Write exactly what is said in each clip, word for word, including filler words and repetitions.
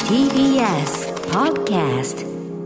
ティービーエス Podcast。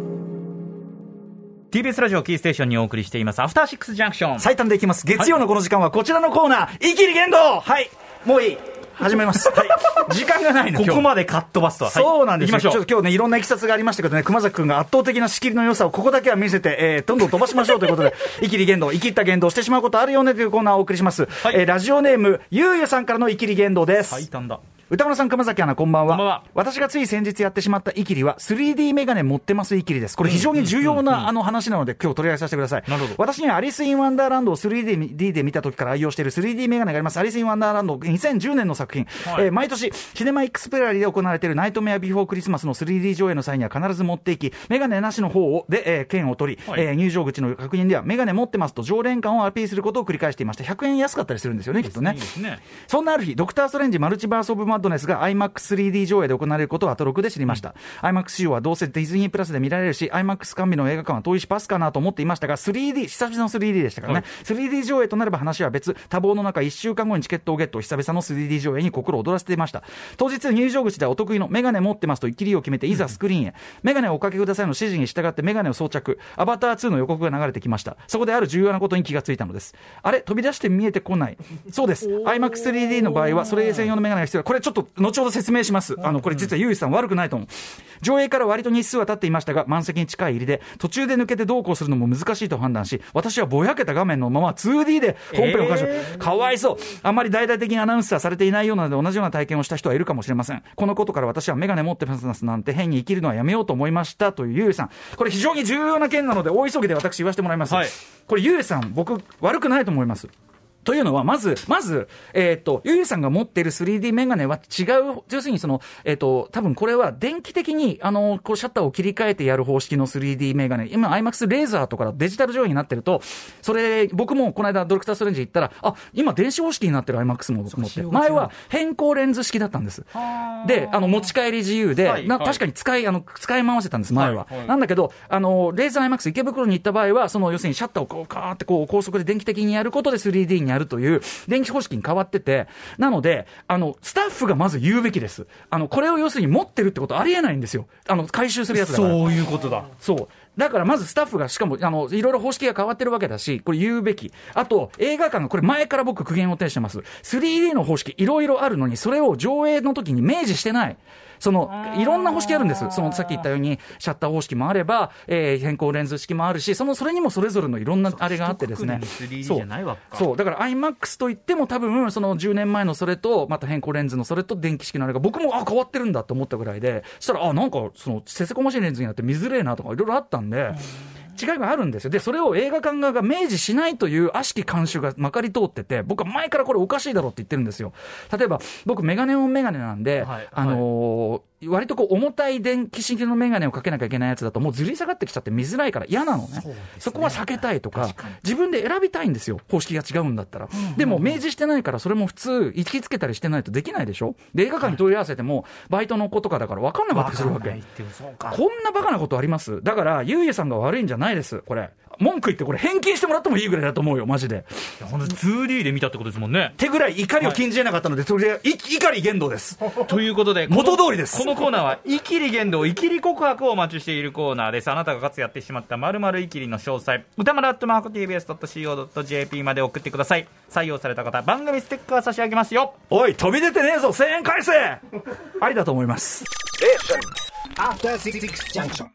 ティービーエス ラジオキーステーションにお送りしていますアフターシックスジャンクション、 最短でいきます。月曜のこの時間はこちらのコーナー、イキリ言動。はい、もういい、始めます。はい、時間がないの。 ここまでカットバスとは、はい、 そうなんですよ。 行きましょう。 ちょっと今日ね、いろんな経緯がありましたけどね、熊崎くんが圧倒的な仕切りの良さをここだけは見せて、えー、どんどん飛ばしましょうということでイキリ言動、イキった言動してしまうことあるよねというコーナーをお送りします。はい、えー、ラジオネームゆうゆさんからのイキリ言動です。 最短だ。 歌村さん、熊崎アナ、こんばんは。 こんばんは。 私がつい先日やってしまったイキリは スリーディー メガネ持ってますイキリです。これ非常に重要なあの話なので今日取り上げさせてください。 なるほど。 私にはアリス・イン・ワンダーランドを スリーディー で見た時から愛用している スリーディー メガネがあります。アリス・イン・ワンダーランドにせんじゅうねんの作品、はい、えー、毎年シネマエクスペラリーで行われているナイトメアビフォークリスマスの スリーディー 上映の際には必ず持っていき、メガネなしの方をで、えー、券を取り、はい、えー、入場口の確認ではメガネ持ってますと常連感をアピールすることを繰り返していました。ひゃくえん安かったりするんですよね、きっとね。いいですね。そんなある日、ドクターストレンジマルチバースオブマッドネスが アイマックススリーディー 上映で行われることをアトロクで知りました。うん、アイマックス 仕様はどうせディズニープラスで見られるし、アイマックス 完備の映画館は遠いしパスかなと思っていましたが、スリーディー、久々の スリーディー でしたからね。はい、スリーディー 上映となれば話は別。多忙の中いっしゅうかんごにチケットをゲット、久々の スリーディー 上映に心躍らせていました。当日入場口でお得意のメガネ持ってますとイキリを決めていざスクリーンへ。うん、メガネをおかけくださいの指示に従ってメガネを装着。アバターツーの予告が流れてきました。そこである重要なことに気がついたのです。あれ、飛び出して見えてこない。そうです。アイマックススリーディー の場合はそれ専用のメガネが必要。これちょっと後ほど説明します。あのこれ実はユーイさん悪くないと思う。上映から割と日数は経っていましたが、満席に近い入りで途中で抜けてどうこうするのも難しいと判断し、私はぼやけた画面のまま ツーディー で本編を鑑賞、えー、かわいそう。あまり大々的にアナウンスはされていないようなので同じような体験をした人はいるかもしれません。このことから私はメガネ持ってますなんて変に生きるのはやめようと思いましたというユーイさん、これ非常に重要な件なので大急ぎで私言わせてもらいます。はい、これユーイさん僕悪くないと思います。というのは、まず、まず、えっと、ゆうさんが持っている スリーディー メガネは違う、要するにその、えっと、多分これは電気的に、あの、こうシャッターを切り替えてやる方式の スリーディー メガネ。今、アイマックス レーザーとかデジタル上映になってると、それ、僕もこの間ドクターストレンジ行ったら、あ、今電子方式になってる アイマックス も僕持って。前は変更レンズ式だったんです。で、あの、持ち帰り自由で、はいはい、な確かに使い、あの、使い回せたんです、前は。はいはい、なんだけど、あの、レーザー アイマックス 池袋に行った場合は、その、要するにシャッターをこう、カーってこう、高速で電気的にやることで スリーディー にやるという、電気方式に変わってて、なので、あの、スタッフがまず言うべきです。あの、これを要するに持ってるってことありえないんですよ。あの、回収するやつだから。 そういうことだ。 そう。だからまずスタッフが、しかも、あの、いろいろ方式が変わってるわけだし、これ言うべき。あと、映画館が、これ前から僕苦言を呈してます。スリーディー の方式いろいろあるのに、それを上映の時に明示してない。その、いろんな方式あるんです。その、さっき言ったように、シャッター方式もあれば、えー、変更レンズ式もあるし、その、それにもそれぞれのいろんなあれがあってですね。 そう。 そう。だから アイマックス といっても多分、そのじゅうねんまえのそれと、また変更レンズのそれと電気式のあれが、僕も、あ、変わってるんだと思ったぐらいで、そしたら、あ、なんか、その、せせこましいレンズになって見づれえなとかいろいろあったんで、違いがあるんですよ。で、それを映画館側が明示しないという悪しき慣習がまかり通ってて、僕は前からこれおかしいだろうって言ってるんですよ。例えば、僕メガネオンメガネなんで、はい、あのーはい、割とこう重たい電気式のメガネをかけなきゃいけないやつだともうずり下がってきちゃって見づらいから嫌なのね。 そ, ねそこは避けたいとか自分で選びたいんですよ、方式が違うんだったら、うんうんうん、でも明示してないからそれも普通行きつけたりしてないとできないでしょ。で映画館に問い合わせても、はい、バイトの子とかだから分かんなかったりするわけ。こんなバカなことあります。だからゆうゆさんが悪いんじゃないです。これ文句言ってこれ返金してもらってもいいぐらいだと思うよマジで。 いやほんと ツーディー で見たってことですもんね。 手ぐらい怒りを禁じれなかったので、はい、それで怒り言動ですということで元通りです。 このコーナーはイキリ言動イキリ告白をお待ちしているコーナーです。あなたがかつやってしまった〇〇イキリの詳細、歌丸アットマーク ティービーエスドットシーオードットジェーピー まで送ってください。採用された方番組ステッカー差し上げますよ。 おい飛び出てねえぞ、せんえん返せありだと思います。え